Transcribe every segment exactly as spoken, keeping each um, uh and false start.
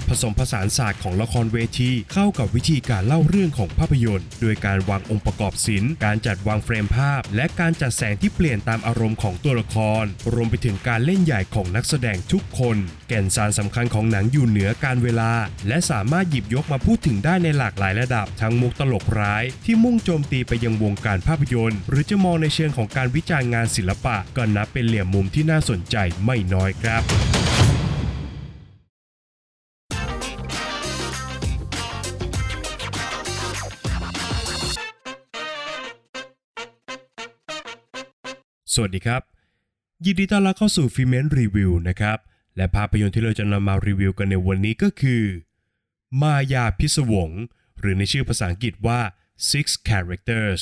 ผสมผสานศาสตร์ของละครเวทีเข้ากับวิธีการเล่าเรื่องของภาพยนตร์โดยการวางองค์ประกอบศิลป์การจัดวางเฟรมภาพและการจัดแสงที่เปลี่ยนตามอารมณ์ของตัวละครรวมไปถึงการเล่นใหญ่ของนักแสดงทุกคนแก่นสารสำคัญของหนังอยู่เหนือการเวลาและสามารถหยิบยกมาพูดถึงได้ในหลากหลายระดับทั้งมุกตลกร้ายที่มุ่งโจมตีไปยังวงการภาพยนตร์หรือจะมองในเชิงของการวิจารณ์งานศิลปะก็นับเป็นเหลี่ยมมุมที่น่าสนใจไม่น้อยครับสวัสดีครับยินดีต้อนรับเข้าสู่ฟิเมนรีวิวนะครับและภาพยนตร์ที่เราจะนำมารีวิวกันในวันนี้ก็คือมายาพิศวงหรือในชื่อภาษาอังกฤษว่า Six Characters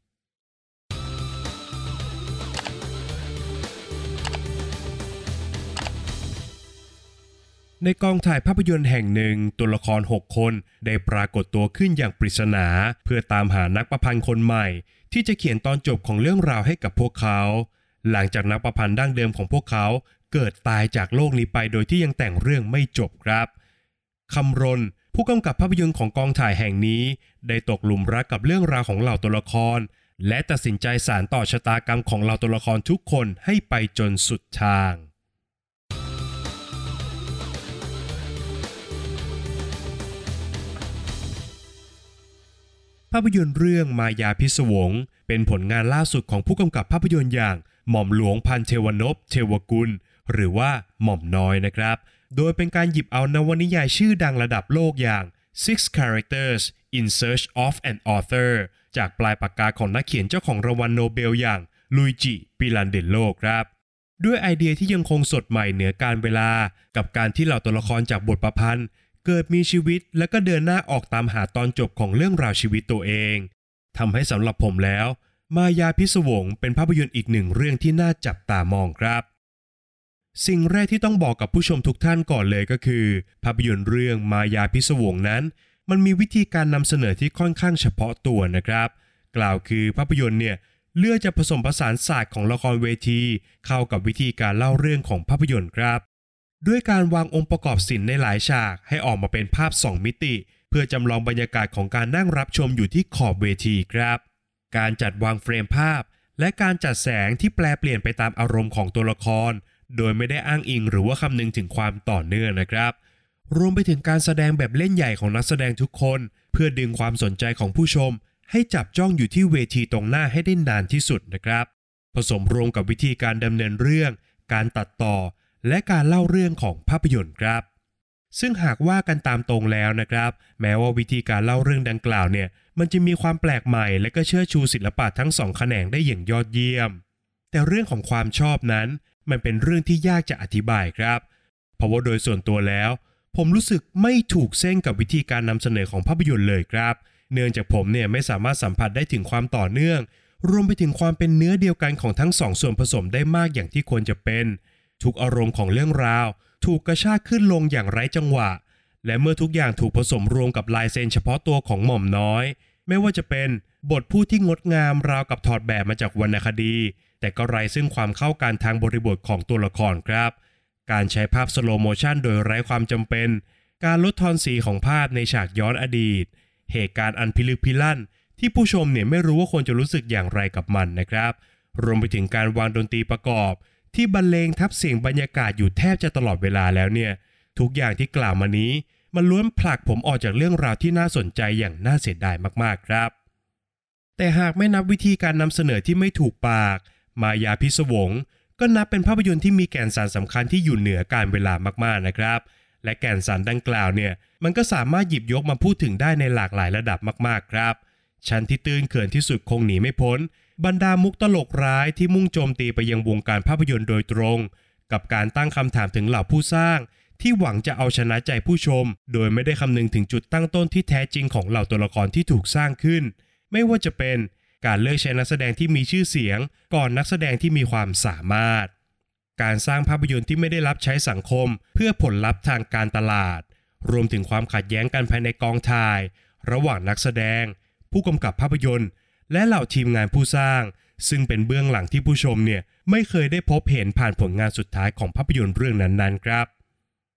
ในกองถ่ายภาพยนตร์แห่งหนึ่งตัวละครหกคนได้ปรากฏตัวขึ้นอย่างปริศนาเพื่อตามหานักประพันธ์คนใหม่ที่จะเขียนตอนจบของเรื่องราวให้กับพวกเขาหลังจากนักประพันธ์ดั้งเดิมของพวกเขาเกิดตายจากโลกนี้ไปโดยที่ยังแต่งเรื่องไม่จบครับคำรณผู้กำกับภาพยนตร์ของกองถ่ายแห่งนี้ได้ตกหลุมรักกับเรื่องราวของเหล่าตัวละครและตัดสินใจสานต่อชะตากรรมของเหล่าตัวละครทุกคนให้ไปจนสุดทางภาพยนตร์เรื่องมายาพิศวงเป็นผลงานล่าสุดของผู้กำกับภาพยนตร์อย่างหม่อมหลวงพันเทวนพเทวกุลหรือว่าหม่อมน้อยนะครับโดยเป็นการหยิบเอานวนิยายชื่อดังระดับโลกอย่าง Six Characters in Search of an Author จากปลายปากกาของนักเขียนเจ้าของรางวัลโนเบลอย่างลุยจิปิลันเดโลครับด้วยไอเดียที่ยังคงสดใหม่เหนือการเวลากับการที่เหล่าตัวละครจากบทประพันธ์เกิดมีชีวิตและก็เดินหน้าออกตามหาตอนจบของเรื่องราวชีวิตตัวเองทำให้สำหรับผมแล้วมายาพิศวงเป็นภาพยนตร์อีกหนึ่งเรื่องที่น่าจับตามองครับสิ่งแรกที่ต้องบอกกับผู้ชมทุกท่านก่อนเลยก็คือภาพยนตร์เรื่องมายาพิศวงนั้นมันมีวิธีการนำเสนอที่ค่อนข้างเฉพาะตัวนะครับกล่าวคือภาพยนตร์เนี่ยเลือกจะผสมผสานศาสตร์ของละครเวทีเข้ากับวิธีการเล่าเรื่องของภาพยนตร์ครับด้วยการวางองค์ประกอบศิลป์ในหลายฉากให้ออกมาเป็นภาพสองมิติเพื่อจำลองบรรยากาศของการนั่งรับชมอยู่ที่ขอบเวทีครับการจัดวางเฟรมภาพและการจัดแสงที่แปลเปลี่ยนไปตามอารมณ์ของตัวละครโดยไม่ได้อ้างอิงหรือว่าคำนึงถึงความต่อเนื่องนะครับรวมไปถึงการแสดงแบบเล่นใหญ่ของนักแสดงทุกคนเพื่อดึงความสนใจของผู้ชมให้จับจ้องอยู่ที่เวทีตรงหน้าให้ได้นานที่สุดนะครับผสมรวมกับวิธีการดำเนินเรื่องการตัดต่อและการเล่าเรื่องของภาพยนตร์ครับซึ่งหากว่ากันตามตรงแล้วนะครับแม้ว่าวิธีการเล่าเรื่องดังกล่าวเนี่ยมันจะมีความแปลกใหม่และก็เชิดชูศิลปะทั้งสองแขนงได้อย่างยอดเยี่ยมแต่เรื่องของความชอบนั้นมันเป็นเรื่องที่ยากจะอธิบายครับเพราะว่าโดยส่วนตัวแล้วผมรู้สึกไม่ถูกเส้นกับวิธีการนำเสนอของภาพยนตร์เลยครับเนื่องจากผมเนี่ยไม่สามารถสัมผัสได้ถึงความต่อเนื่องรวมไปถึงความเป็นเนื้อเดียวกันของทั้งสองส่วนผสมได้มากอย่างที่ควรจะเป็นทุกอารมณ์ของเรื่องราวถูกกระชากขึ้นลงอย่างไร้จังหวะและเมื่อทุกอย่างถูกผสมรวมกับลายเซ็นเฉพาะตัวของหม่อมน้อยไม่ว่าจะเป็นบทพูดที่งดงามราวกับถอดแบบมาจากวรรณคดีแต่ก็ไร้ซึ่งความเข้ากันทางบริบทของตัวละครครับการใช้ภาพสโลว์โมชั่นโดยไร้ความจำเป็นการลดทอนสีของภาพในฉากย้อนอดีตเหตุการณ์อันพิลึกพิลั่นที่ผู้ชมเนี่ยไม่รู้ว่าควรจะรู้สึกอย่างไรกับมันนะครับรวมไปถึงการวางดนตรีประกอบที่บรรเลงทับเสียงบรรยากาศอยู่แทบจะตลอดเวลาแล้วเนี่ยทุกอย่างที่กล่าวมานี้มันล้วนผลักผมออกจากเรื่องราวที่น่าสนใจอย่างน่าเสียดายมากๆครับแต่หากไม่นับวิธีการนำเสนอที่ไม่ถูกปากมายาพิศวงก็นับเป็นภาพยนตร์ที่มีแก่นสารสำคัญที่อยู่เหนือการเวลามากๆนะครับและแก่นสารดังกล่าวเนี่ยมันก็สามารถหยิบยกมาพูดถึงได้ในหลากหลายระดับมากๆครับชั้นที่ตื้นเขินที่สุดคงหนีไม่พ้นบรรดามุกตลกร้ายที่มุ่งโจมตีไปยังวงการภาพยนตร์โดยตรงกับการตั้งคำถามถึงเหล่าผู้สร้างที่หวังจะเอาชนะใจผู้ชมโดยไม่ได้คำนึงถึงจุดตั้งต้นที่แท้จริงของเหล่าตัวละครที่ถูกสร้างขึ้นไม่ว่าจะเป็นการเลือกใช้นักแสดงที่มีชื่อเสียงก่อนนักแสดงที่มีความสามารถการสร้างภาพยนตร์ที่ไม่ได้รับใช้สังคมเพื่อผลลัพธ์ทางการตลาดรวมถึงความขัดแย้งกันภายในกองถ่ายระหว่างนักแสดงผู้กำกับภาพยนตร์และเหล่าทีมงานผู้สร้างซึ่งเป็นเบื้องหลังที่ผู้ชมเนี่ยไม่เคยได้พบเห็นผ่านผลงานสุดท้ายของภาพยนตร์เรื่องนั้นๆครับ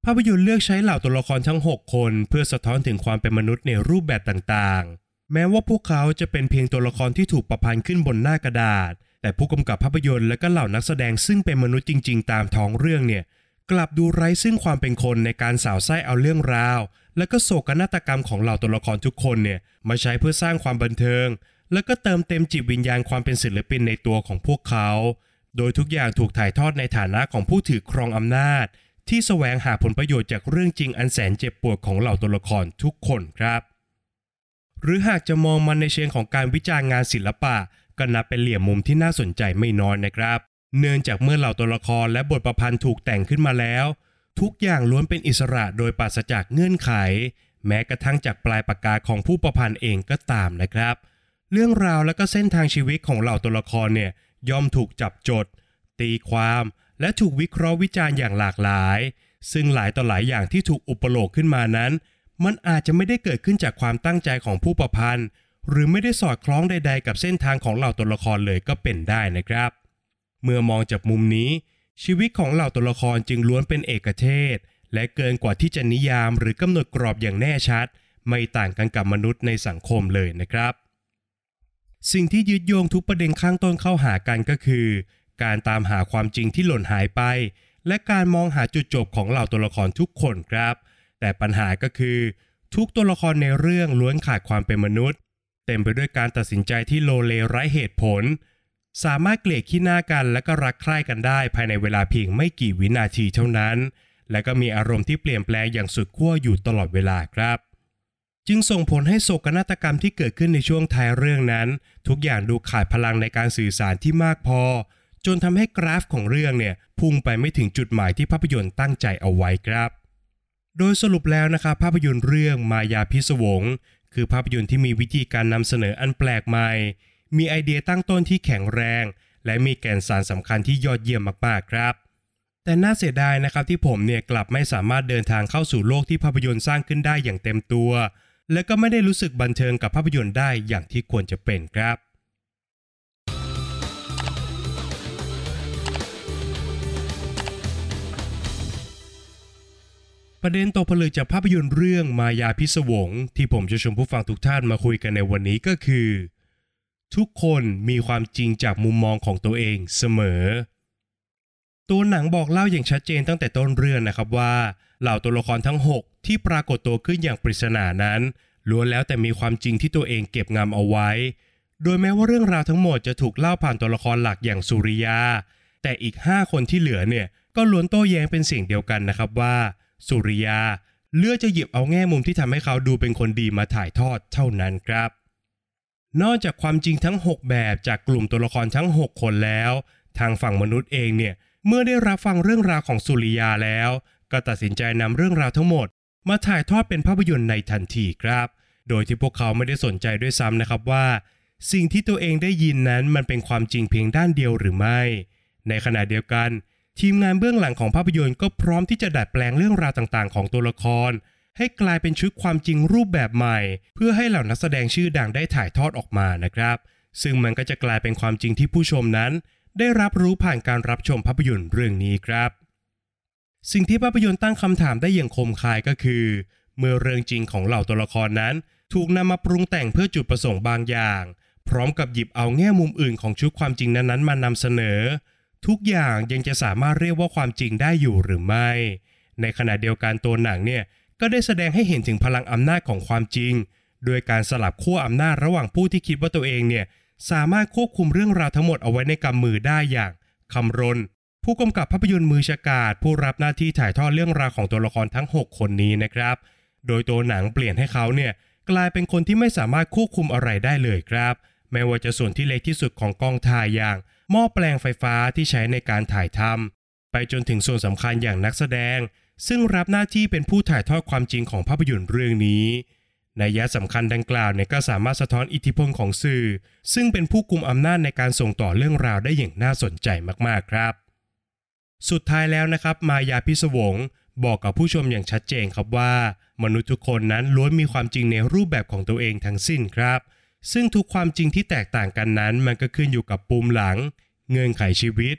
ภาพยนตร์เลือกใช้เหล่าตัวละครทั้งหกคนเพื่อสะท้อนถึงความเป็นมนุษย์ในรูปแบบต่างๆแม้ว่าพวกเขาจะเป็นเพียงตัวละครที่ถูกประพันธ์ขึ้นบนหน้ากระดาษแต่ผู้กำกับภาพยนตร์และก็เหล่านักแสดงซึ่งเป็นมนุษย์จริงๆตามท้องเรื่องเนี่ยกลับดูไร้ซึ่งความเป็นคนในการสาวไส้เอาเรื่องราวและก็โศกนาฏกรรมของเหล่าตัวละครทุกคนเนี่ยมาใช้เพื่อสร้างความบันเทิงและก็เติมเต็มจิตวิญญาณความเป็นศิลปินในตัวของพวกเขาโดยทุกอย่างถูกถ่ายทอดในฐานะของผู้ถือครองอำนาจที่แสวงหาผลประโยชน์จากเรื่องจริงอันแสนเจ็บปวดของเหล่าตัวละครทุกคนครับหรือหากจะมองมันในเชิงของการวิจารณ์งานศิลปะก็นับเป็นเหลี่ยมมุมที่น่าสนใจไม่น้อยนะครับเนื่องจากเมื่อเหล่าตัวละครและบทประพันธ์ถูกแต่งขึ้นมาแล้วทุกอย่างล้วนเป็นอิสระโดยปราศจากเงื่อนไขแม้กระทั่งจากปลายปากกาของผู้ประพันธ์เองก็ตามนะครับเรื่องราวและก็เส้นทางชีวิตของเหล่าตัวละครเนี่ยย่อมถูกจับจดตีความและถูกวิเคราะห์วิจารณ์อย่างหลากหลายซึ่งหลายต่อหลายอย่างที่ถูกอุปโลกน์ขึ้นมานั้นมันอาจจะไม่ได้เกิดขึ้นจากความตั้งใจของผู้ประพันธ์หรือไม่ได้สอดคล้องใดๆกับเส้นทางของเหล่าตัวละครเลยก็เป็นได้นะครับเมื่อมองจากมุมนี้ชีวิตของเหล่าตัวละครจึงล้วนเป็นเอกเทศและเกินกว่าที่จะนิยามหรือกำหนดกรอบอย่างแน่ชัดไม่ต่างกันกับมนุษย์ในสังคมเลยนะครับสิ่งที่ยึดโยงทุกประเด็นข้างต้นเข้าหากันก็คือการตามหาความจริงที่หล่นหายไปและการมองหาจุดจบของเหล่าตัวละครทุกคนครับแต่ปัญหาก็คือทุกตัวละครในเรื่องล้วนขาดความเป็นมนุษย์เต็มไปด้วยการตัดสินใจที่โลเลไร้เหตุผลสามารถเกลียดขี้หน้ากันและก็รักใคร่กันได้ภายในเวลาเพียงไม่กี่วินาทีเท่านั้นและก็มีอารมณ์ที่เปลี่ยนแปลงอย่างสุดขั้วอยู่ตลอดเวลาครับจึงส่งผลให้โศกนาฏกรรมที่เกิดขึ้นในช่วงท้ายเรื่องนั้นทุกอย่างดูขาดพลังในการสื่อสารที่มากพอจนทำให้กราฟของเรื่องเนี่ยพุ่งไปไม่ถึงจุดหมายที่ภาพยนตร์ตั้งใจเอาไว้ครับโดยสรุปแล้วนะครับภาพยนตร์เรื่องมายาพิศวงคือภาพยนตร์ที่มีวิธีการนำเสนออันแปลกใหม่มีไอเดียตั้งต้นที่แข็งแรงและมีแก่นสารสำคัญที่ยอดเยี่ยมมากๆครับแต่น่าเสียดายนะครับที่ผมเนี่ยกลับไม่สามารถเดินทางเข้าสู่โลกที่ภาพยนตร์สร้างขึ้นได้อย่างเต็มตัวและก็ไม่ได้รู้สึกบันเทิงกับภาพยนตร์ได้อย่างที่ควรจะเป็นครับประเด็นตกผลึกจากภาพยนตร์เรื่องมายาพิศวงที่ผมจะชวนผู้ฟังทุกท่านมาคุยกันในวันนี้ก็คือทุกคนมีความจริงจากมุมมองของตัวเองเสมอตัวหนังบอกเล่าอย่างชัดเจนตั้งแต่ต้นเรื่องนะครับว่าเหล่าตัวละครทั้งหกที่ปรากฏตัวขึ้นอย่างปริศนานั้นล้วนแล้วแต่มีความจริงที่ตัวเองเก็บงำเอาไว้โดยแม้ว่าเรื่องราวทั้งหมดจะถูกเล่าผ่านตัวละครหลักอย่างสุริยาแต่อีกห้าคนที่เหลือเนี่ยก็ล้วนโต้แย้งเป็นเสียงเดียวกันนะครับว่าสุริยาเลือกจะหยิบเอาแง่มุมที่ทำให้เขาดูเป็นคนดีมาถ่ายทอดเท่านั้นครับนอกจากความจริงทั้งหกแบบจากกลุ่มตัวละครทั้งหกคนแล้วทางฝั่งมนุษย์เองเนี่ยเมื่อได้รับฟังเรื่องราวของสุริยาแล้วก็ตัดสินใจนำเรื่องราวทั้งหมดมาถ่ายทอดเป็นภาพยนตร์ในทันทีครับโดยที่พวกเขาไม่ได้สนใจด้วยซ้ำนะครับว่าสิ่งที่ตัวเองได้ยินนั้นมันเป็นความจริงเพียงด้านเดียวหรือไม่ในขณะเดียวกันทีมงานเบื้องหลังของภาพยนตร์ก็พร้อมที่จะดัดแปลงเรื่องราวต่างๆของตัวละครให้กลายเป็นชุดความจริงรูปแบบใหม่เพื่อให้เหล่านักแสดงชื่อดังได้ถ่ายทอดออกมานะครับซึ่งมันก็จะกลายเป็นความจริงที่ผู้ชมนั้นได้รับรู้ผ่านการรับชมภาพยนตร์เรื่องนี้ครับสิ่งที่ภาพยนตร์ตั้งคำถามได้อย่างคมคายก็คือเมื่อเรื่องจริงของเหล่าตัวละครนั้นถูกนำมาปรุงแต่งเพื่อจุดประสงค์บางอย่างพร้อมกับหยิบเอาแง่มุมอื่นของชุดความจริงนั้นๆมานำเสนอทุกอย่างยังจะสามารถเรียกว่าความจริงได้อยู่หรือไม่ในขณะเดียวกันตัวหนังเนี่ยก็ได้แสดงให้เห็นถึงพลังอำนาจของความจริงโดยการสลับขั้วอำนาจระหว่างผู้ที่คิดว่าตัวเองเนี่ยสามารถควบคุมเรื่องราวทั้งหมดเอาไว้ในกำมือได้อย่างคำรณผู้กำกับภาพยนตร์มือฉกาจผู้รับหน้าที่ถ่ายทอดเรื่องราวของตัวละครทั้งหกคนนี้นะครับโดยตัวหนังเปลี่ยนให้เขาเนี่ยกลายเป็นคนที่ไม่สามารถควบคุมอะไรได้เลยครับแม้ว่าจะส่วนที่เล็กที่สุดของกองถ่ายอย่างหม้อแปลงไฟฟ้าที่ใช้ในการถ่ายทำไปจนถึงส่วนสำคัญอย่างนักแสดงซึ่งรับหน้าที่เป็นผู้ถ่ายทอดความจริงของภาพยนตร์เรื่องนี้นัยสำคัญดังกล่าวเนี่ยก็สามารถสะท้อนอิทธิพลของสื่อซึ่งเป็นผู้กุมอำนาจในการส่งต่อเรื่องราวได้อย่างน่าสนใจมากๆครับสุดท้ายแล้วนะครับมายาพิศวงบอกกับผู้ชมอย่างชัดเจนครับว่ามนุษย์ทุกคนนั้นล้วนมีความจริงในรูปแบบของตัวเองทั้งสิ้นครับซึ่งทุกความจริงที่แตกต่างกันนั้นมันก็ขึ้นอยู่กับปุ่มหลังเงื่อนไขชีวิต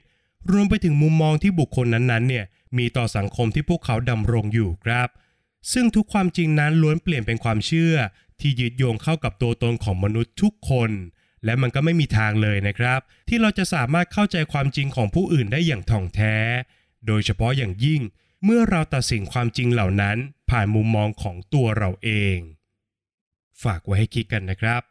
รวมไปถึงมุมมองที่บุคคลนั้นๆเนี่ยมีต่อสังคมที่พวกเขาดำรงอยู่ครับซึ่งทุกความจริงนั้นล้วนเปลี่ยนเป็นความเชื่อที่ยึดโยงเข้ากับตัวตนของมนุษย์ทุกคนและมันก็ไม่มีทางเลยนะครับที่เราจะสามารถเข้าใจความจริงของผู้อื่นได้อย่างถ่องแท้โดยเฉพาะอย่างยิ่งเมื่อเราตัดสินความจริงเหล่านั้นผ่านมุมมองของตัวเราเองฝากไว้ให้คิดกันนะครับ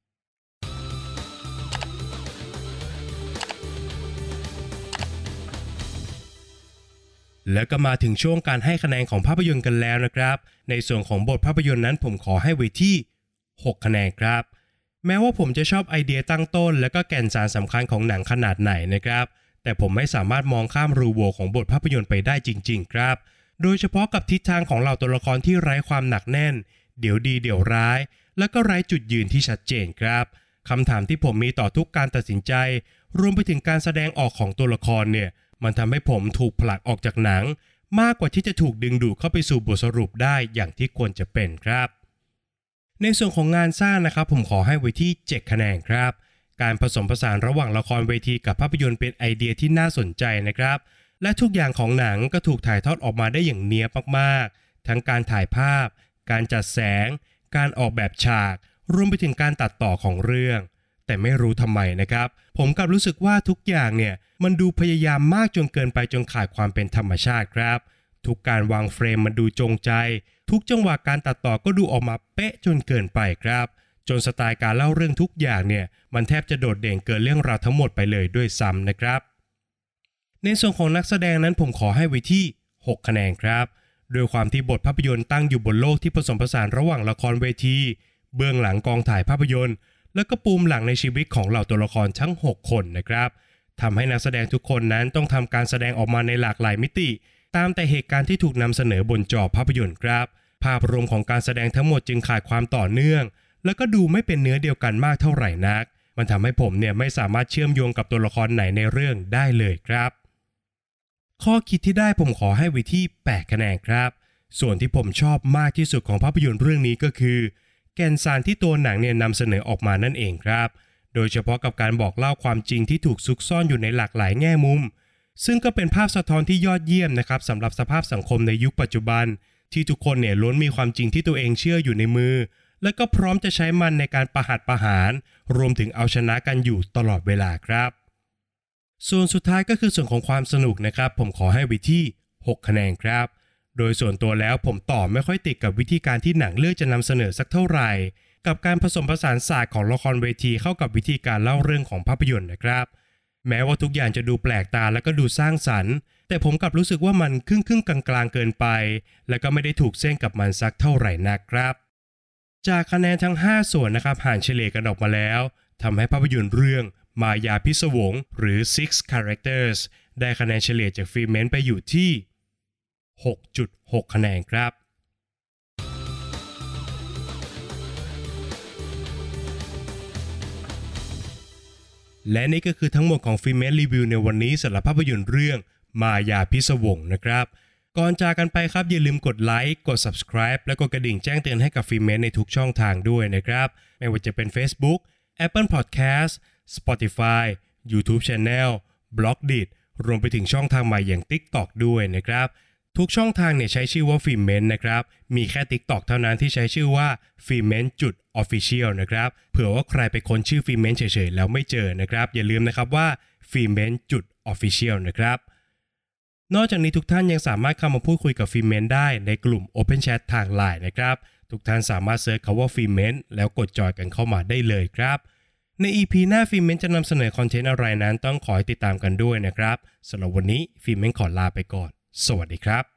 แล้วก็มาถึงช่วงการให้คะแนนของภาพยนตร์กันแล้วนะครับในส่วนของบทภาพยนตร์นั้นผมขอให้ไว้ที่หกคะแนนครับแม้ว่าผมจะชอบไอเดียตั้งต้นและก็แก่นสารสำคัญของหนังขนาดไหนนะครับแต่ผมไม่สามารถมองข้ามรูโหว่ของบทภาพยนตร์ไปได้จริงๆครับโดยเฉพาะกับทิศทางของเหล่าตัวละครที่ไร้ความหนักแน่นเดี๋ยวดีเดี๋ยวร้ายและก็ไร้จุดยืนที่ชัดเจนครับคำถามที่ผมมีต่อทุกการตัดสินใจรวมไปถึงการแสดงออกของตัวละครเนี่ยมันทำให้ผมถูกผลักออกจากหนังมากกว่าที่จะถูกดึงดูดเข้าไปสู่บทสรุปได้อย่างที่ควรจะเป็นครับในส่วนของงานสร้างนะครับผมขอให้ไว้ที่เจ็ดคะแนนครับการผสมผสานระหว่างละครเวทีกับภาพยนตร์เป็นไอเดียที่น่าสนใจนะครับและทุกอย่างของหนังก็ถูกถ่ายทอดออกมาได้อย่างเนียบมากๆทั้งการถ่ายภาพการจัดแสงการออกแบบฉากรวมไปถึงการตัดต่อของเรื่องแต่ไม่รู้ทำไมนะครับผมกลับรู้สึกว่าทุกอย่างเนี่ยมันดูพยายามมากจนเกินไปจนขาดความเป็นธรรมชาติครับทุกการวางเฟรมมันดูจงใจทุกจังหวะการตัดต่อก็ดูออกมาเป๊ะจนเกินไปครับจนสไตล์การเล่าเรื่องทุกอย่างเนี่ยมันแทบจะโดดเด่นเกินเรื่องราวทั้งหมดไปเลยด้วยซ้ำนะครับในส่วนของนักแสดงนั้นผมขอให้ไว้ที่หกคะแนนครับโดยความที่บทภาพยนตร์ตั้งอยู่บนโลกที่ผสมผสานระหว่างละครเวทีเบื้องหลังกองถ่ายภาพยนตร์แล้วก็ปูมหลังในชีวิตของเหล่าตัวละครทั้งหกคนนะครับทำให้นักแสดงทุกคนนั้นต้องทำการแสดงออกมาในหลากหลายมิติตามแต่เหตุการณ์ที่ถูกนำเสนอบนจอภาพยนตร์ครับภาพรวมของการแสดงทั้งหมดจึงขาดความต่อเนื่องแล้วก็ดูไม่เป็นเนื้อเดียวกันมากเท่าไหร่นักมันทำให้ผมเนี่ยไม่สามารถเชื่อมโยงกับตัวละครไหนในเรื่องได้เลยครับข้อคิดที่ได้ผมขอให้ไว้ที่แปดคะแนนครับส่วนที่ผมชอบมากที่สุดของภาพยนตร์เรื่องนี้ก็คือแก่นสารที่ตัวหนังเนี่ยนำเสนอออกมานั่นเองครับโดยเฉพาะกับการบอกเล่าความจริงที่ถูกซุกซ่อนอยู่ในหลากหลายแง่มุมซึ่งก็เป็นภาพสะท้อนที่ยอดเยี่ยมนะครับสำหรับสภาพสังคมในยุคปัจจุบันที่ทุกคนเนี่ยล้วนมีความจริงที่ตัวเองเชื่ออยู่ในมือและก็พร้อมจะใช้มันในการประหัตประหารรวมถึงเอาชนะกันอยู่ตลอดเวลาครับส่วนสุดท้ายก็คือส่วนของความสนุกนะครับผมขอให้ไว้ที่หกคะแนนครับโดยส่วนตัวแล้วผมต่อไม่ค่อยติดกับวิธีการที่หนังเลือกจะนำเสนอสักเท่าไหร่กับการผสมผสานศาสตร์ของละครเวทีเข้ากับวิธีการเล่าเรื่องของภาพยนตร์นะครับแม้ว่าทุกอย่างจะดูแปลกตาและก็ดูสร้างสรรค์แต่ผมกลับรู้สึกว่ามันครึ่งครึ่งกลางๆเกินไปและก็ไม่ได้ถูกเส้นกับมันสักเท่าไหร่นักครับจากคะแนนทั้งห้าส่วนนะครับหารเฉลี่ยกันออกมาแล้วทำให้ภาพยนตร์เรื่องมายาพิศวงหรือ Six Characters ได้คะแนนเฉลี่ยจากฟิล์มเมนต์ไปอยู่ที่ หกจุดหก คะแนนครับและนี่ก็คือทั้งหมดของฟิล์มเมนต์รีวิวในวันนี้สำหรับภาพยนตร์เรื่องมายาพิศวงนะครับก่อนจากกันไปครับอย่าลืมกดไลค์กด Subscribe และกดกระดิ่งแจ้งเตือนให้กับฟิล์มเมนต์ในทุกช่องทางด้วยนะครับไม่ว่าจะเป็น Facebook Apple Podcast Spotify YouTube Channel Blogdit รวมไปถึงช่องทางใหม่อย่าง TikTok ด้วยนะครับทุกช่องทางเนี่ยใช้ชื่อว่าฟิล์มเมนต์นะครับมีแค่ TikTok เท่านั้นที่ใช้ชื่อว่าฟิล์มเมนต์จุด Official นะครับเผื่อว่าใครไปค้นชื่อฟิล์มเมนต์เฉยๆแล้วไม่เจอนะครับอย่าลืมนะครับว่าฟิล์มเมนต์จุด Official นะครับนอกจากนี้ทุกท่านยังสามารถเข้ามาพูดคุยกับฟิล์มเมนต์ได้ในกลุ่ม Open Chat ทาง ไลน์ นะครับทุกท่านสามารถเสิร์ชคำว่าฟิล์มเมนต์แล้วกดจอยกันเข้ามาได้เลยครับใน อี พี หน้าฟิล์มเมนต์จะนำเสนอคอนเทนต์อะไรนั้นต้องขอให้ติดตามกันด้วยนะครับสำหรับวันนี้ฟิล์มเมนต์ขอลาไปก่อนสวัสดีครับ